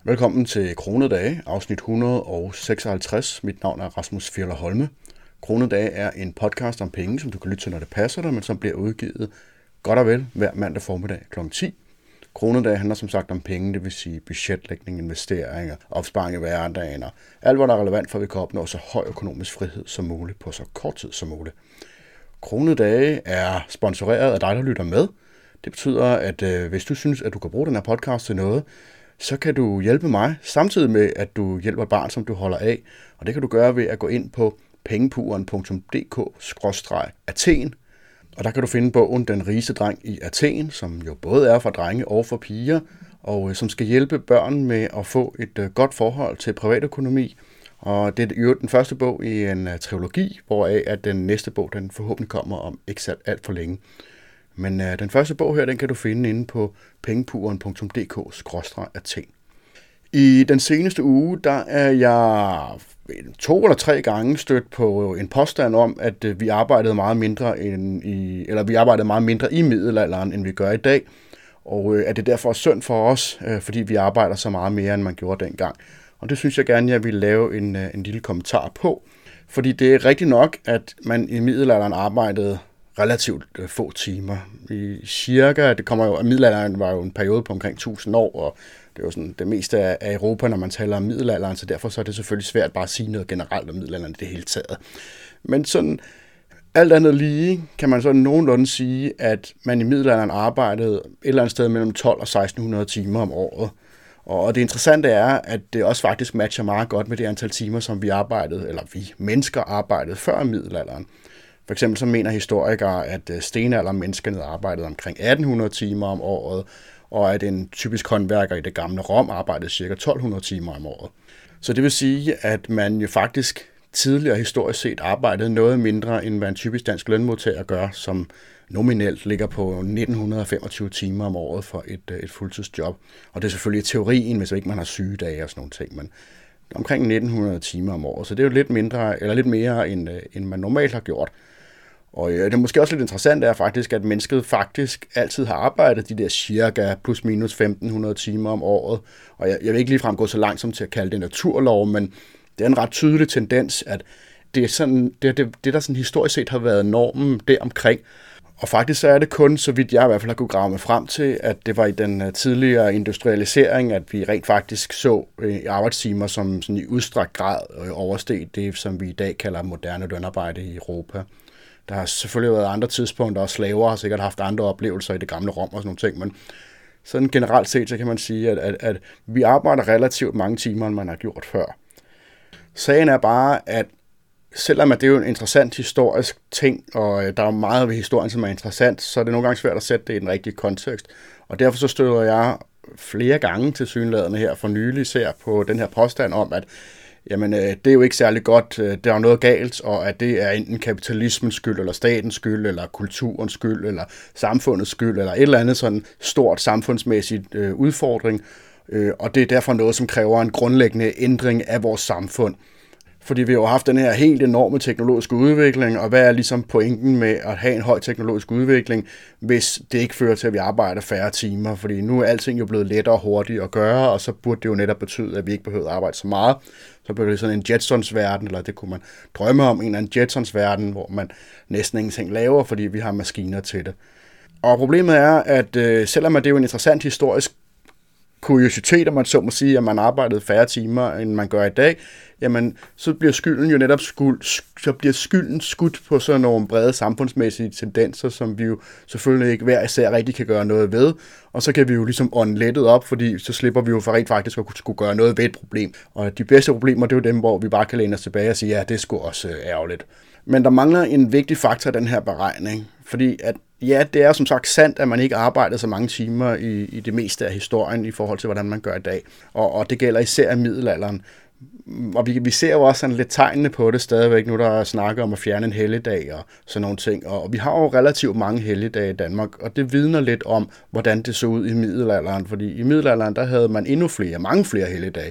Velkommen til Kronedage, afsnit 156. Mit navn er Rasmus Fjeller Holme. Kronedage er en podcast om penge, som du kan lytte til, når det passer dig, men som bliver udgivet godt og vel hver mandag formiddag kl. 10. Kronedage handler som sagt om penge, det vil sige budgetlægning, investeringer, opsparing i hverdagen og alt, hvad der er relevant for, at vi kan opnå så høj økonomisk frihed som muligt på så kort tid som muligt. Kronedage er sponsoreret af dig, der lytter med. Det betyder, at hvis du synes, at du kan bruge den her podcast til noget, så kan du hjælpe mig, samtidig med, at du hjælper et barn, som du holder af. Og det kan du gøre ved at gå ind på pengepuren.dk/Athen. Og der kan du finde bogen Den rigeste dreng i Athen, som jo både er for drenge og for piger, og som skal hjælpe børn med at få et godt forhold til privatøkonomi. Og det er jo den første bog i en trilogi, hvoraf at den næste bog den forhåbentlig kommer om ikke alt for længe. Men den første bog her, den kan du finde inde på pengepuren.dk/Athen. I den seneste uge, der er jeg 2 eller 3 gange stødt på en påstand om, at vi arbejdede meget mindre i middelalderen, end vi gør i dag. Og at det derfor er synd for os, fordi vi arbejder så meget mere, end man gjorde dengang. Og det synes jeg gerne, jeg vil lave en lille kommentar på. Fordi det er rigtigt nok, at man i middelalderen arbejdede relativt få timer. Middelalderen var jo en periode på omkring 1000 år, og det er jo sådan det meste af Europa, når man taler om middelalderen, så derfor så er det selvfølgelig svært bare at sige noget generelt om middelalderen i det hele taget. Men sådan alt andet lige kan man sådan nogenlunde sige, at man i middelalderen arbejdede et eller andet sted mellem 12 og 1600 timer om året. Og det interessante er, at det også faktisk matcher meget godt med det antal timer, som vi mennesker arbejdede før middelalderen. For eksempel så mener historikere, at stenaldermenneskerne arbejdede omkring 1800 timer om året, og at en typisk håndværker i det gamle Rom arbejdede ca. 1200 timer om året. Så det vil sige, at man jo faktisk tidligere historisk set arbejdede noget mindre, end hvad en typisk dansk lønmodtager gør, som nominelt ligger på 1925 timer om året for et fuldtidsjob. Og det er selvfølgelig teorien, hvis ikke man har sygedage og sådan nogle ting, men omkring 1900 timer om året. Så det er jo lidt mere, end man normalt har gjort. Og det er måske også lidt interessant, er faktisk, at mennesket faktisk altid har arbejdet de der cirka plus minus 1500 timer om året. Og jeg vil ikke ligefrem gå så langt som til at kalde det naturlov, men det er en ret tydelig tendens, at det er sådan, det der sådan historisk set har været normen deromkring. Og faktisk så er det kun, så vidt jeg i hvert fald har kunne grave mig frem til, at det var i den tidligere industrialisering, at vi rent faktisk så arbejdstimer, som sådan i udstrakt grad oversteg det, som vi i dag kalder moderne lønarbejde i Europa. Der har selvfølgelig været andre tidspunkter, og slaver har sikkert haft andre oplevelser i det gamle Rom og sådan nogle ting, men sådan generelt set, så kan man sige, at vi arbejder relativt mange timer, end man har gjort før. Sagen er bare, at selvom det er jo en interessant historisk ting, og der er meget ved historien, som er interessant, så er det nogle gange svært at sætte det i den rigtige kontekst. Og derfor så støder jeg flere gange til synlædende her for nylig ser på den her påstand om, at jamen, det er jo ikke særlig godt, der er noget galt, og at det er enten kapitalismens skyld, eller statens skyld, eller kulturens skyld, eller samfundets skyld, eller et eller andet sådan stort samfundsmæssigt udfordring. Og det er derfor noget, som kræver en grundlæggende ændring af vores samfund. Fordi vi har jo haft den her helt enorme teknologiske udvikling, og hvad er ligesom pointen med at have en høj teknologisk udvikling, hvis det ikke fører til, at vi arbejder færre timer? Fordi nu er alting jo blevet lettere og hurtigt at gøre, og så burde det jo netop betyde, at vi ikke behøver at arbejde så meget. Så bliver det sådan en Jetsons-verden, eller det kunne man drømme om, en eller anden Jetsons-verden, hvor man næsten ingenting laver, fordi vi har maskiner til det. Og problemet er, at selvom det er jo en interessant historisk kuriositet, om man så må sige, at man arbejdede færre timer, end man gør i dag, jamen, så bliver skylden jo netop skudt på sådan nogle brede samfundsmæssige tendenser, som vi jo selvfølgelig ikke hver især rigtig kan gøre noget ved, og så kan vi jo ligesom ånde lettet op, fordi så slipper vi jo for rent faktisk at skulle gøre noget ved et problem. Og de bedste problemer, det er jo dem, hvor vi bare kan læne os tilbage og sige, ja, det er sgu også ærgerligt. Men der mangler en vigtig faktor i den her beregning, fordi at ja, det er som sagt sandt, at man ikke arbejder så mange timer i det meste af historien i forhold til, hvordan man gør i dag. Og det gælder især i middelalderen. Og vi ser jo også sådan lidt tegnene på det stadigvæk, nu der snakker om at fjerne en helligdag og sådan nogle ting. Og vi har jo relativt mange helligdage i Danmark, og det vidner lidt om, hvordan det så ud i middelalderen. Fordi i middelalderen, der havde man mange flere helligdage.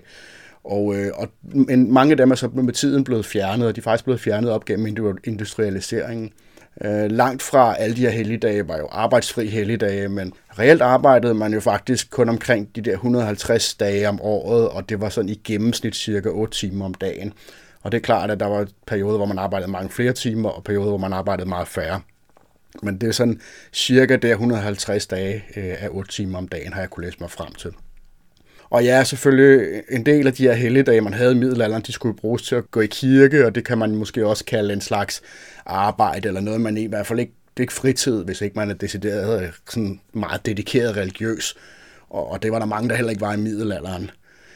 Men mange af dem er så med tiden blevet fjernet, og de er faktisk blevet fjernet op gennem industrialiseringen. Langt fra alle de her helligdage var jo arbejdsfri helligdage, men reelt arbejdede man jo faktisk kun omkring de der 150 dage om året, og det var sådan i gennemsnit cirka 8 timer om dagen. Og det er klart, at der var perioder, hvor man arbejdede mange flere timer, og perioder, hvor man arbejdede meget færre. Men det er sådan cirka der 150 dage af 8 timer om dagen, har jeg kunne læse mig frem til. Og ja, selvfølgelig en del af de her helligdage, man havde i middelalderen, de skulle bruges til at gå i kirke, og det kan man måske også kalde en slags arbejde, eller noget, man i hvert fald ikke, det er ikke fritid, hvis ikke man er decideret sådan meget dedikeret religiøs. Og det var der mange, der heller ikke var i middelalderen.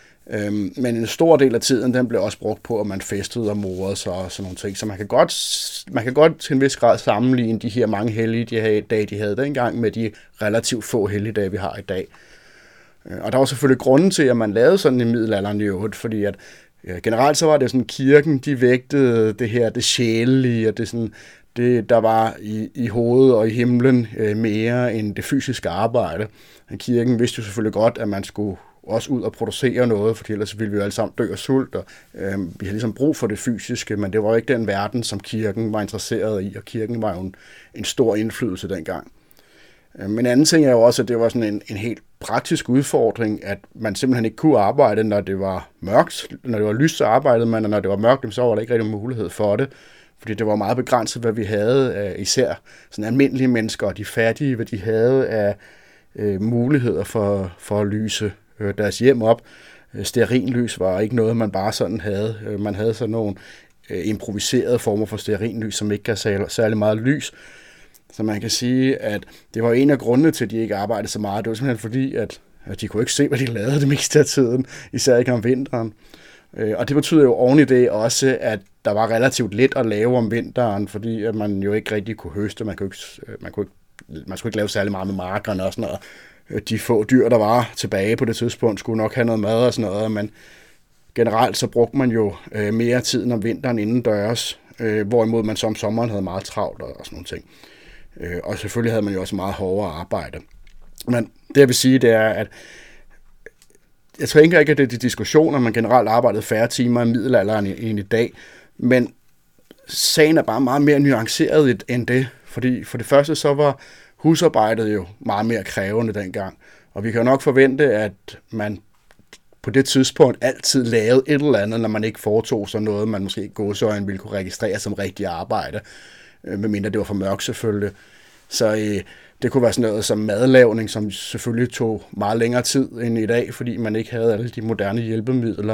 Men en stor del af tiden, den blev også brugt på, at man festede og morede sig og sådan nogle ting. Så man kan godt til en vis grad sammenligne de her mange hellige dage, de havde dengang, med de relativt få helligdage, vi har i dag. Og der var selvfølgelig grunden til, at man lavede sådan i middelalderen i øvrigt, fordi at generelt så var det sådan, kirken, de vægtede det her, det sjælelige, og det sådan, det, der var i hovedet og i himlen mere end det fysiske arbejde. Kirken vidste jo selvfølgelig godt, at man skulle også ud og producere noget, for ellers ville vi jo alle sammen dø af sult, og vi har ligesom brug for det fysiske, men det var jo ikke den verden, som kirken var interesseret i, og kirken var jo en stor indflydelse dengang. Men en anden ting er jo også, at det var sådan en helt praktisk udfordring, at man simpelthen ikke kunne arbejde, når det var mørkt. Når det var lyst, så arbejdede man, og når det var mørkt, så var der ikke rigtig mulighed for det. Fordi det var meget begrænset, hvad vi havde, især sådan almindelige mennesker, og de fattige, hvad de havde af muligheder for at lyse deres hjem op. Stearinlys var ikke noget, man bare sådan havde. Man havde sådan nogle improviserede former for stearinlys, som ikke gav særlig meget lys. Så man kan sige, at det var en af grundene til, at de ikke arbejdede så meget. Det var simpelthen fordi, at de kunne ikke se, hvad de lavede det meste af tiden, især ikke om vinteren. Og det betyder jo oven i det også, at der var relativt lidt at lave om vinteren, fordi at man jo ikke rigtig kunne høste. Man skulle ikke lave særlig meget med markerne og sådan noget. De få dyr, der var tilbage på det tidspunkt, skulle nok have noget mad og sådan noget, men generelt så brugte man jo mere tid om vinteren indendørs, hvorimod man så om sommeren havde meget travlt og sådan nogle ting. Og selvfølgelig havde man jo også meget hårdere arbejde. Men det jeg vil sige, det er, at jeg tænker ikke, at det er de diskussioner, man generelt arbejdede færre timer i middelalderen end i dag, men sagen er bare meget mere nuanceret end det, fordi for det første så var husarbejdet jo meget mere krævende dengang, og vi kan jo nok forvente, at man på det tidspunkt altid lavede et eller andet, når man ikke foretog sig noget, man måske i gåseøjne ville kunne registrere som rigtig arbejde, medmindre det var for mørkt selvfølgelig. Så det kunne være sådan noget som madlavning, som selvfølgelig tog meget længere tid end i dag, fordi man ikke havde alle de moderne hjælpemidler.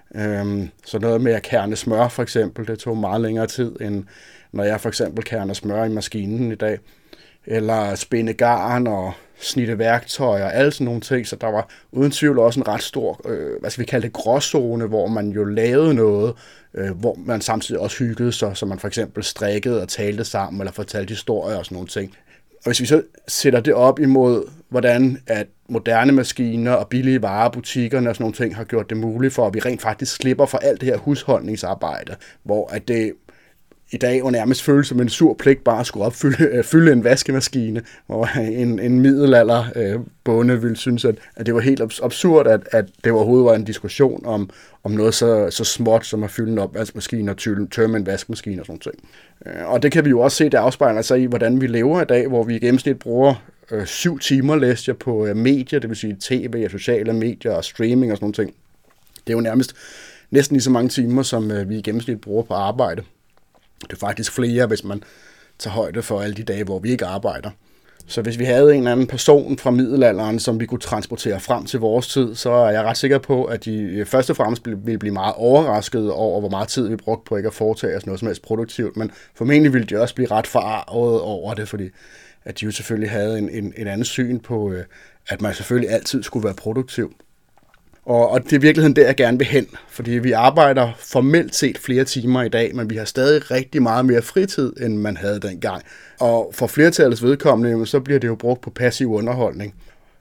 Så noget med at kærne smør for eksempel, det tog meget længere tid, end når jeg for eksempel kærner smør i maskinen i dag. Eller spænde garn og snitte værktøj og alle sådan nogle ting. Så der var uden tvivl også en ret stor, hvad skal vi kalde det, gråzone, hvor man jo lavede noget, hvor man samtidig også hyggede sig, så man for eksempel strikkede og talte sammen, eller fortalte historier og sådan nogle ting. Og hvis vi så sætter det op imod, hvordan at moderne maskiner og billige varer, butikkerne og sådan nogle ting har gjort det muligt for, at vi rent faktisk slipper for alt det her husholdningsarbejde, hvor at det i dag jo nærmest føles som en sur pligt bare at skulle fylde en vaskemaskine, hvor en middelalder bonde ville synes, at det var helt absurd, at det overhovedet var en diskussion om noget så småt som at fylde en opvaskemaskine og tømme en vaskemaskine og sådan noget. Og det kan vi jo også se, det afspejler sig i, hvordan vi lever i dag, hvor vi i gennemsnit bruger 7 timer, læste jeg, på medier, det vil sige tv og sociale medier og streaming og sådan noget. Det er jo næsten lige så mange timer, som vi i gennemsnit bruger på arbejde. Det er faktisk flere, hvis man tager højde for alle de dage, hvor vi ikke arbejder. Så hvis vi havde en eller anden person fra middelalderen, som vi kunne transportere frem til vores tid, så er jeg ret sikker på, at de først og fremmest ville blive meget overrasket over, hvor meget tid vi brugte på ikke at foretage os noget som helst produktivt, men formentlig ville de også blive ret forarvet over det, fordi at de jo selvfølgelig havde en anden syn på, at man selvfølgelig altid skulle være produktiv. Og det er i virkeligheden der, jeg gerne vil hen, fordi vi arbejder formelt set flere timer i dag, men vi har stadig rigtig meget mere fritid, end man havde dengang. Og for flertallets vedkommende, så bliver det jo brugt på passiv underholdning.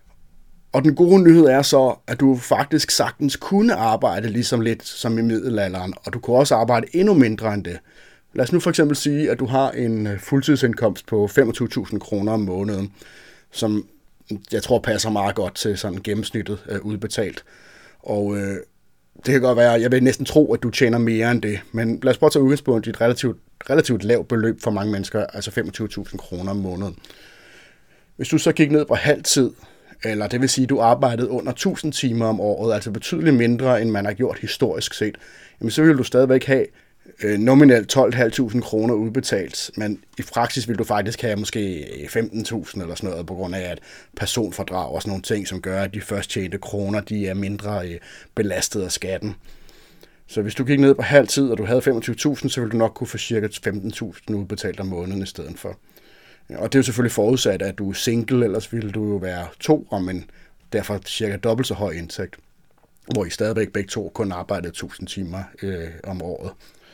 Og den gode nyhed er så, at du faktisk sagtens kunne arbejde ligesom lidt som i middelalderen, og du kunne også arbejde endnu mindre end det. Lad os nu for eksempel sige, at du har en fuldtidsindkomst på 25.000 kroner om måneden, som jeg tror passer meget godt til sådan gennemsnittet udbetalt. Og Det kan godt være, jeg vil næsten tro, at du tjener mere end det, men lad os prøve at tage udgangspunkt i et relativt lavt beløb for mange mennesker, altså 25.000 kroner om måneden. Hvis du så gik ned på halv tid, eller det vil sige, at du arbejdede under 1.000 timer om året, altså betydeligt mindre, end man har gjort historisk set, jamen så vil du stadigvæk have nominelt 12.500 kroner udbetalt, men i praksis vil du faktisk have måske 15.000 eller sådan noget, på grund af at personfordrag og sådan nogle ting, som gør, at de først tjente kroner, de er mindre belastet af skatten. Så hvis du gik ned på halv tid, og du havde 25.000, så ville du nok kunne få cirka 15.000 udbetalt om måneden i stedet for. Og det er jo selvfølgelig forudsat, at du er single, ellers ville du jo være 2, men derfor cirka dobbelt så høj indtægt, hvor I stadigvæk begge to kun arbejdede 1.000 timer om året.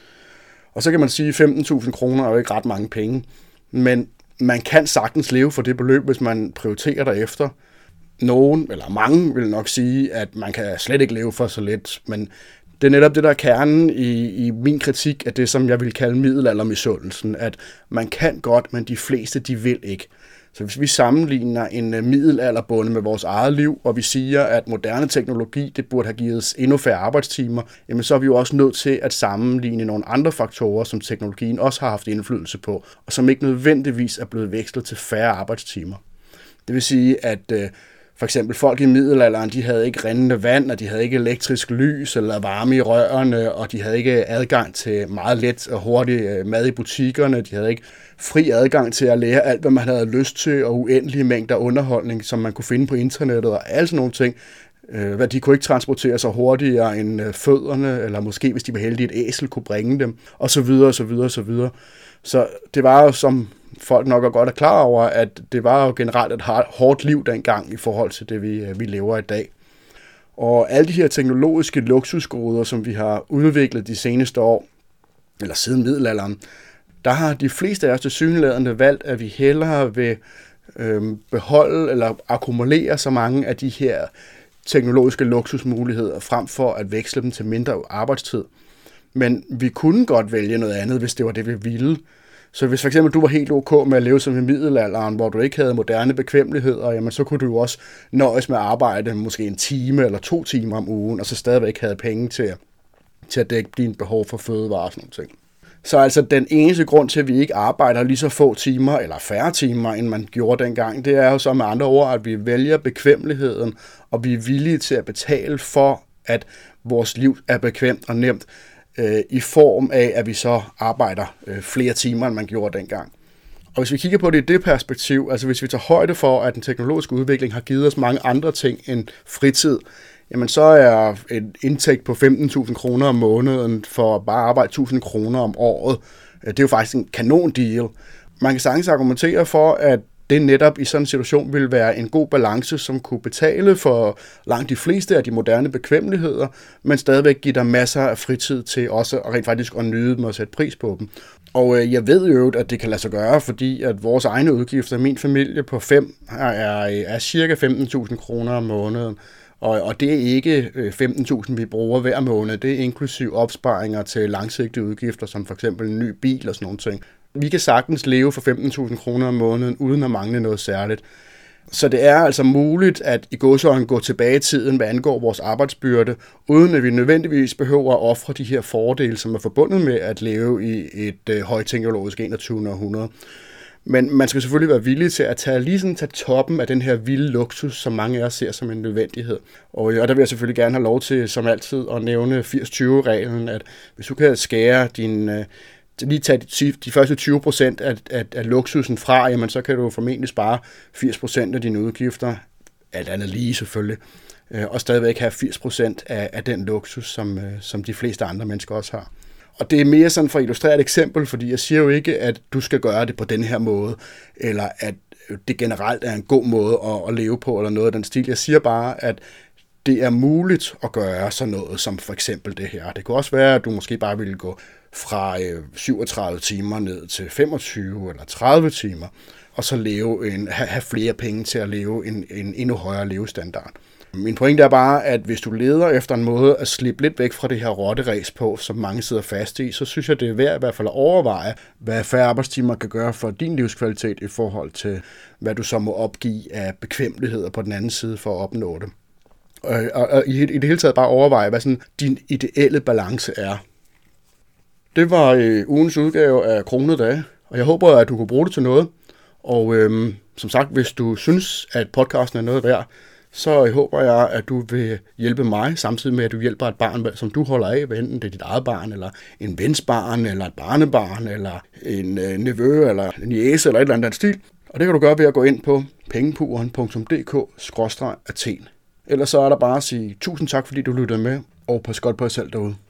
Og så kan man sige, at 15.000 kroner er jo ikke ret mange penge, men man kan sagtens leve for det beløb, hvis man prioriterer derefter. Nogen, eller mange, vil nok sige, at man kan slet ikke leve for så lidt, men det er netop det, der er kernen i min kritik af det, som jeg vil kalde middelaldermisundelsen, at man kan godt, men de fleste, de vil ikke. Så hvis vi sammenligner en middelalderbonde med vores eget liv, og vi siger, at moderne teknologi, det burde have givet os endnu færre arbejdstimer, jamen så er vi jo også nødt til at sammenligne nogle andre faktorer, som teknologien også har haft indflydelse på, og som ikke nødvendigvis er blevet vekslet til færre arbejdstimer. Det vil sige, at for eksempel folk i middelalderen, de havde ikke rindende vand, og de havde ikke elektrisk lys eller varme i rørene, og de havde ikke adgang til meget let og hurtig mad i butikkerne. De havde ikke fri adgang til at lære alt, hvad man havde lyst til, og uendelige mængder underholdning, som man kunne finde på internettet og alle sådan nogle ting. De kunne ikke transportere sig hurtigere end fødderne, eller måske, hvis de var heldige, et æsel kunne bringe dem, og så videre, og så videre, og så videre. Så det var jo, som folk nok er godt klar over, at det var jo generelt et hårdt liv dengang i forhold til det, vi lever i dag. Og alle de her teknologiske luksusgoder, som vi har udviklet de seneste år, eller siden middelalderen, der har de fleste af os tilsyneladende valgt, at vi hellere vil beholde eller akkumulere så mange af de her teknologiske luksusmuligheder, frem for at veksle dem til mindre arbejdstid. Men vi kunne godt vælge noget andet, hvis det var det, vi ville. Så hvis for eksempel du var helt ok med at leve som i middelalderen, hvor du ikke havde moderne bekvemmeligheder, jamen så kunne du jo også nøjes med at arbejde måske 1 time eller 2 timer om ugen, og så stadigvæk havde penge til at dække dine behov for fødevarer og sådan noget. Så altså den eneste grund til, at vi ikke arbejder lige så få timer eller færre timer, end man gjorde dengang, det er jo så med andre ord, at vi vælger bekvemmeligheden, og vi er villige til at betale for, at vores liv er bekvemt og nemt, i form af, at vi så arbejder flere timer, end man gjorde dengang. Og hvis vi kigger på det i det perspektiv, altså hvis vi tager højde for, at den teknologiske udvikling har givet os mange andre ting end fritid, jamen så er en indtægt på 15.000 kroner om måneden for bare at arbejde 1.000 kroner om året, det er jo faktisk en kanon deal. Man kan sagtens argumentere for, at det netop i sådan en situation ville være en god balance, som kunne betale for langt de fleste af de moderne bekvemmeligheder, men stadigvæk give dig masser af fritid til også rent faktisk at nyde dem og sætte pris på dem. Og jeg ved jo, at det kan lade sig gøre, fordi at vores egne udgifter, min familie på 5, er cirka 15.000 kroner om måneden. Og det er ikke 15.000, vi bruger hver måned. Det er inklusiv opsparinger til langsigtede udgifter, som for eksempel en ny bil og sådan nogle ting. Vi kan sagtens leve for 15.000 kroner om måneden, uden at mangle noget særligt. Så det er altså muligt at i gåseøjne gå tilbage i tiden, hvad angår vores arbejdsbyrde, uden at vi nødvendigvis behøver at ofre de her fordele, som er forbundet med at leve i et højteknologisk 21. århundrede. Men man skal selvfølgelig være villig til at tage toppen af den her vilde luksus, som mange af os ser som en nødvendighed. Og der vil jeg selvfølgelig gerne have lov til, som altid, at nævne 80-20-reglen, at hvis du kan skære lige tage de første 20% af luksusen fra, jamen så kan du formentlig spare 80% af dine udgifter, alt andet lige selvfølgelig, og stadigvæk have 80% af den luksus, som de fleste andre mennesker også har. Og det er mere sådan for at illustrere et eksempel, fordi jeg siger jo ikke, at du skal gøre det på den her måde, eller at det generelt er en god måde at leve på, eller noget af den stil. Jeg siger bare, at det er muligt at gøre sådan noget, som for eksempel det her. Det kunne også være, at du måske bare ville gå fra 37 timer ned til 25 eller 30 timer, og så have flere penge til at leve en endnu højere levestandard. Min pointe er bare, at hvis du leder efter en måde at slippe lidt væk fra det her rotteræs på, som mange sidder fast i, så synes jeg, det er værd i hvert fald at overveje, hvad færre arbejdstimer kan gøre for din livskvalitet i forhold til, hvad du så må opgive af bekvemmeligheder på den anden side for at opnå det. og i det hele taget bare overveje, hvad sådan din ideelle balance er. Det var ugens udgave af Kronede Dage, og jeg håber, at du kunne bruge det til noget. Og som sagt, hvis du synes, at podcasten er noget værd, så håber jeg, at du vil hjælpe mig, samtidig med, at du hjælper et barn, som du holder af, enten det er dit eget barn, eller en vens barn, eller et barnebarn, eller en nevø, eller en jæse, eller et eller andet stil. Og det kan du gøre ved at gå ind på pengepuren.dk/Athen. Ellers så er der bare at sige tusind tak, fordi du lyttede med, og pas godt på jer selv derude.